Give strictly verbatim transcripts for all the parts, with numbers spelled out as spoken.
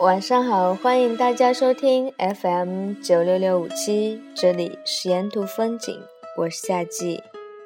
晚上好，欢迎大家收听 F M 九六六五七，这里是沿途风景，我是夏季。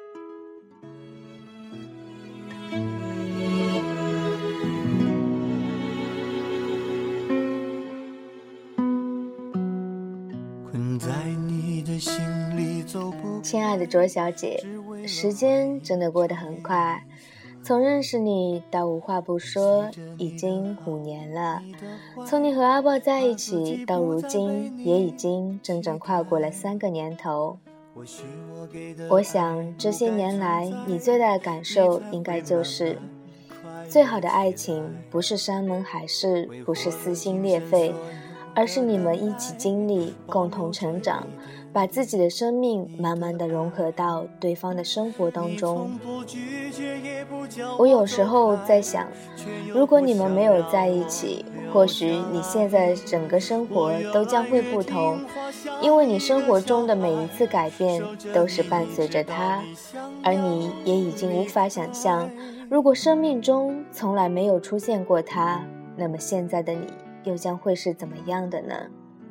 亲爱的卓小姐，时间真的过得很快，从认识你到无话不说已经五年了，从你和阿豹在一起到如今也已经整整跨过了三个年头。我想这些年来你最大的感受应该就是最好的爱情不是山盟海誓，不是撕心裂肺，而是你们一起经历，共同成长，把自己的生命慢慢地融合到对方的生活当中。我有时候在想，如果你们没有在一起，或许你现在整个生活都将会不同，因为你生活中的每一次改变都是伴随着他，而你也已经无法想象，如果生命中从来没有出现过他，那么现在的你又将会是怎么样的呢？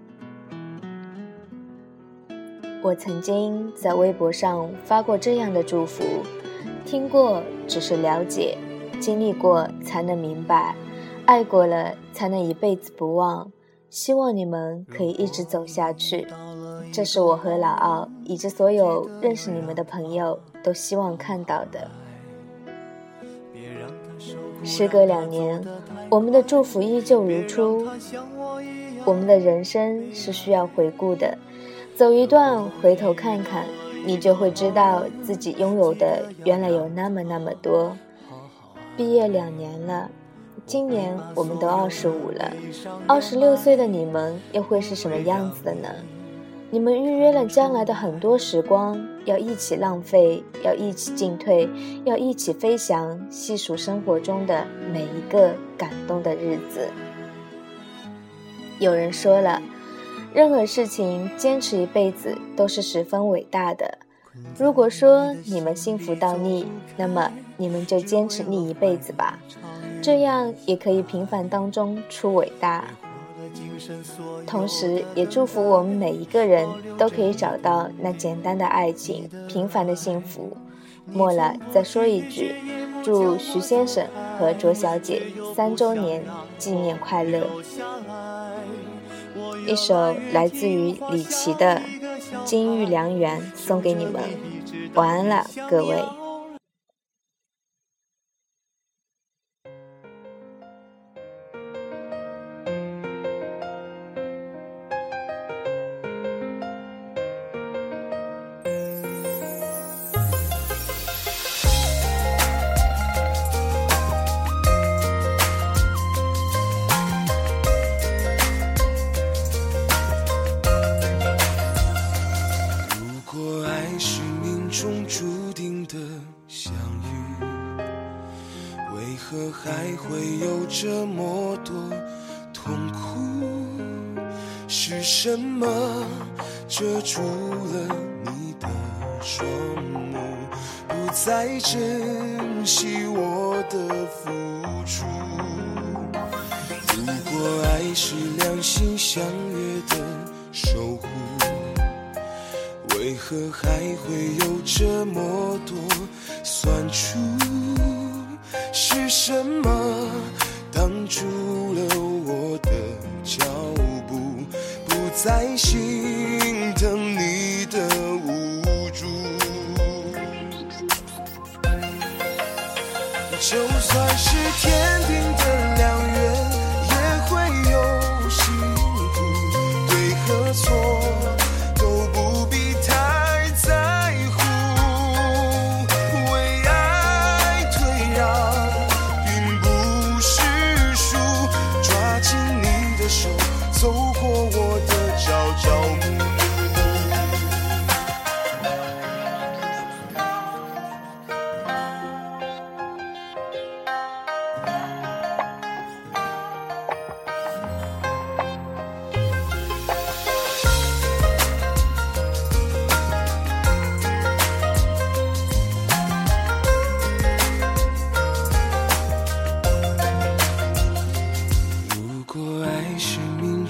我曾经在微博上发过这样的祝福，听过只是了解，经历过才能明白，爱过了才能一辈子不忘，希望你们可以一直走下去，这是我和老奥以及所有认识你们的朋友都希望看到的。时隔两年，我们的祝福依旧如初。我们的人生是需要回顾的，走一段回头看看，你就会知道自己拥有的原来有那么那么多。毕业两年了，今年我们都二十五了，二十六岁的你们又会是什么样子的呢？你们预约了将来的很多时光，要一起浪费，要一起进退，要一起飞翔，细数生活中的每一个感动的日子。有人说了，任何事情坚持一辈子都是十分伟大的。如果说你们幸福到腻，那么你们就坚持腻一辈子吧，这样也可以平凡当中出伟大。同时也祝福我们每一个人都可以找到那简单的爱情，平凡的幸福。末了再说一句，祝徐先生和卓小姐三周年纪念快乐。一首来自于李琦的《金玉良缘》送给你们，晚安了各位。 为何还会有这么多痛苦？是什么遮住了你的双目，不再珍惜我的付出？如果爱是两心相约的守护，为何还会有这么多酸楚？是什么挡住了我的脚步，不再心疼你的无助？就算是天定的良缘，也会有辛苦，对和错都不必太在乎。为爱退让并不是输，抓紧你的手，走过我的朝朝暮暮。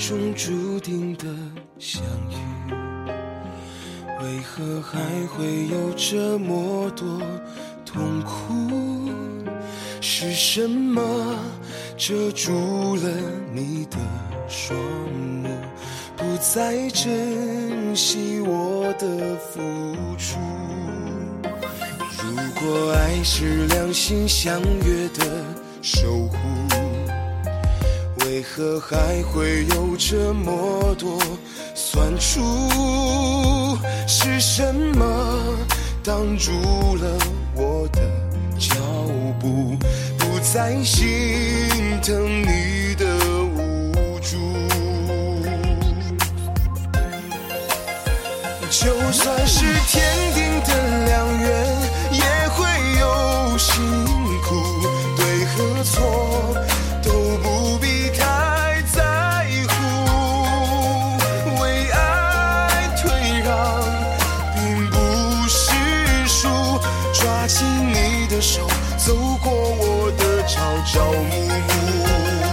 中注定的相遇，为何还会有这么多痛苦？是什么遮住了你的双目，不再珍惜我的付出？如果爱是两心相约的守护，为何还会有这么多酸楚？是什么挡住了我的脚步，不再心疼你的无助？就算是天定的良缘，也会有辛苦，对和错都不必太在乎。为爱退让并不是输，抓紧你的手，走过我的朝朝暮暮。